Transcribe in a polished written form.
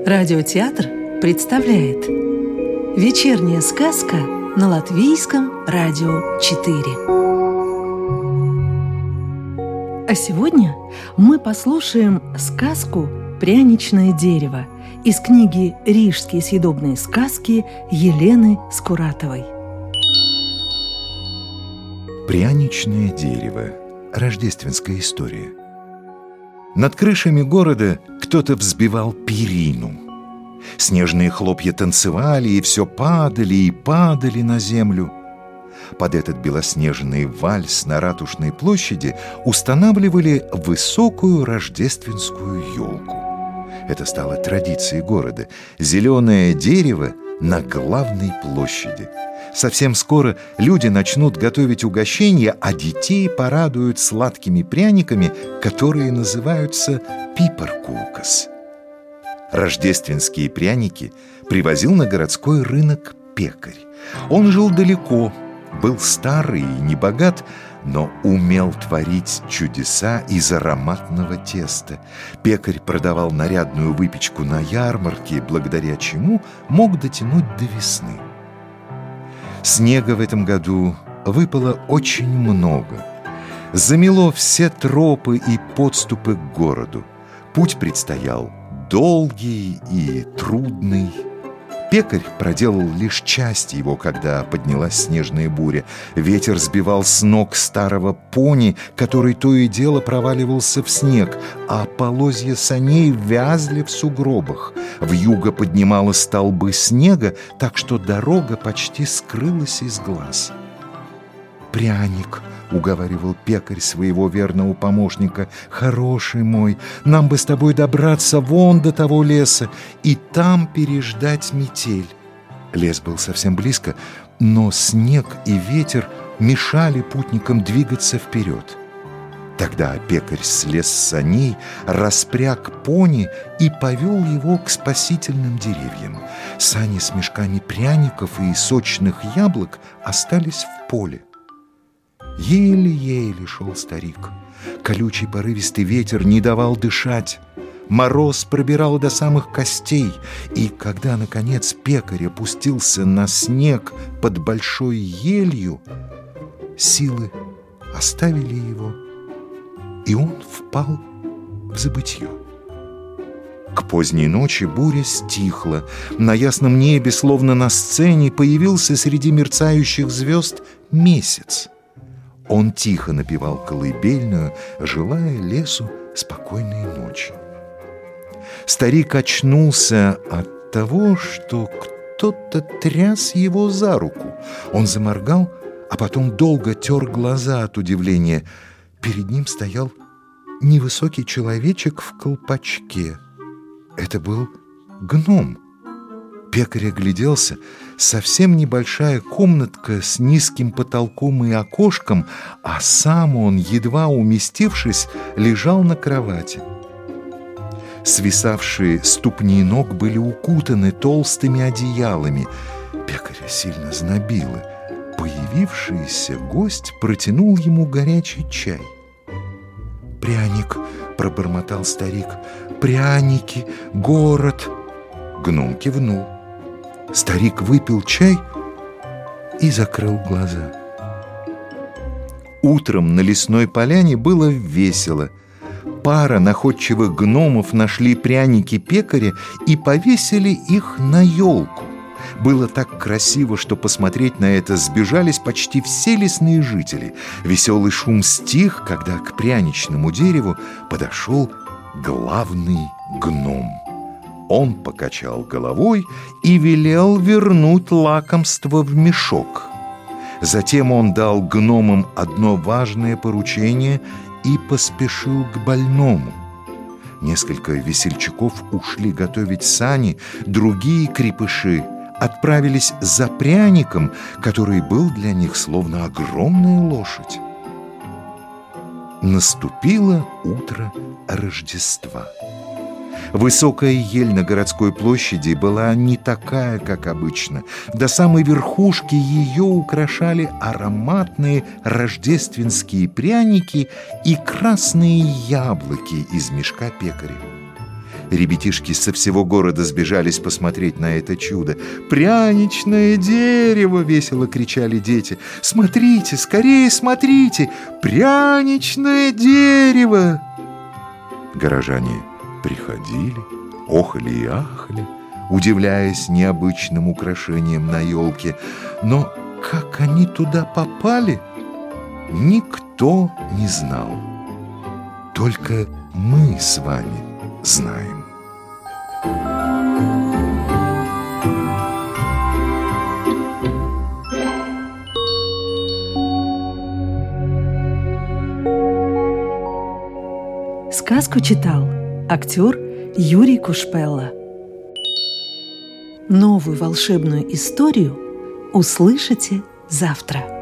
Радиотеатр представляет «Вечерняя сказка» на Латвийском радио 4. А сегодня мы послушаем сказку «Пряничное дерево» из книги «Рижские съедобные сказки» Елены Скуратовой. Пряничное дерево. Рождественская история. Над крышами города кто-то взбивал перину. Снежные хлопья танцевали, и все падали и падали на землю. Под этот белоснежный вальс на Ратушной площади устанавливали высокую рождественскую елку. Это стало традицией города – зеленое дерево на главной площади. Совсем скоро люди начнут готовить угощения, а детей порадуют сладкими пряниками, которые называются пипаркūkas. Рождественские пряники привозил на городской рынок пекарь. Он жил далеко, был старый и небогат, но умел творить чудеса из ароматного теста. Пекарь продавал нарядную выпечку на ярмарке, благодаря чему мог дотянуть до весны. Снега в этом году выпало очень много. Замело все тропы и подступы к городу. Путь предстоял долгий и трудный. Пекарь проделал лишь часть его, когда поднялась снежная буря. Ветер сбивал с ног старого пони, который то и дело проваливался в снег, а полозья саней вязли в сугробах. Вьюга поднимала столбы снега, так что дорога почти скрылась из глаз. «Пряник», — уговаривал пекарь своего верного помощника, — «хороший мой, нам бы с тобой добраться вон до того леса и там переждать метель». Лес был совсем близко, но снег и ветер мешали путникам двигаться вперед. Тогда пекарь слез с саней, распряг пони и повел его к спасительным деревьям. Сани с мешками пряников и сочных яблок остались в поле. Еле-еле шел старик. Колючий порывистый ветер не давал дышать. Мороз пробирал до самых костей. И когда, наконец, пекарь опустился на снег под большой елью, силы оставили его, и он впал в забытье. К поздней ночи буря стихла. На ясном небе, словно на сцене, появился среди мерцающих звезд месяц. Он тихо напевал колыбельную, желая лесу спокойной ночи. Старик очнулся от того, что кто-то тряс его за руку. Он заморгал, а потом долго тер глаза от удивления. Перед ним стоял невысокий человечек в колпачке. Это был гном. Пекарь огляделся. Совсем небольшая комнатка с низким потолком и окошком, а сам он, едва уместившись, лежал на кровати. Свисавшие ступни ног были укутаны толстыми одеялами. Пекаря сильно знобило. Появившийся гость протянул ему горячий чай. «Пряник», — пробормотал старик, — «пряники, город». Гном кивнул. Старик выпил чай и закрыл глаза. Утром на лесной поляне было весело. Пара находчивых гномов нашли пряники пекаря и повесили их на елку. Было так красиво, что посмотреть на это сбежались почти все лесные жители. Веселый шум стих, когда к пряничному дереву подошел главный гном. Он покачал головой и велел вернуть лакомство в мешок. Затем он дал гномам одно важное поручение и поспешил к больному. Несколько весельчаков ушли готовить сани, другие крепыши отправились за пряником, который был для них словно огромная лошадь. Наступило утро Рождества. Высокая ель на городской площади была не такая, как обычно. До самой верхушки ее украшали ароматные рождественские пряники и красные яблоки из мешка пекаря. Ребятишки со всего города сбежались посмотреть на это чудо. «Пряничное дерево!» — весело кричали дети. «Смотрите, скорее смотрите! Пряничное дерево!» Горожане приходили, охали и ахали, удивляясь необычным украшениям на елке. Но как они туда попали, никто не знал. Только мы с вами знаем. Сказку читал актер Юрий Кушпелла. Новую волшебную историю услышите завтра.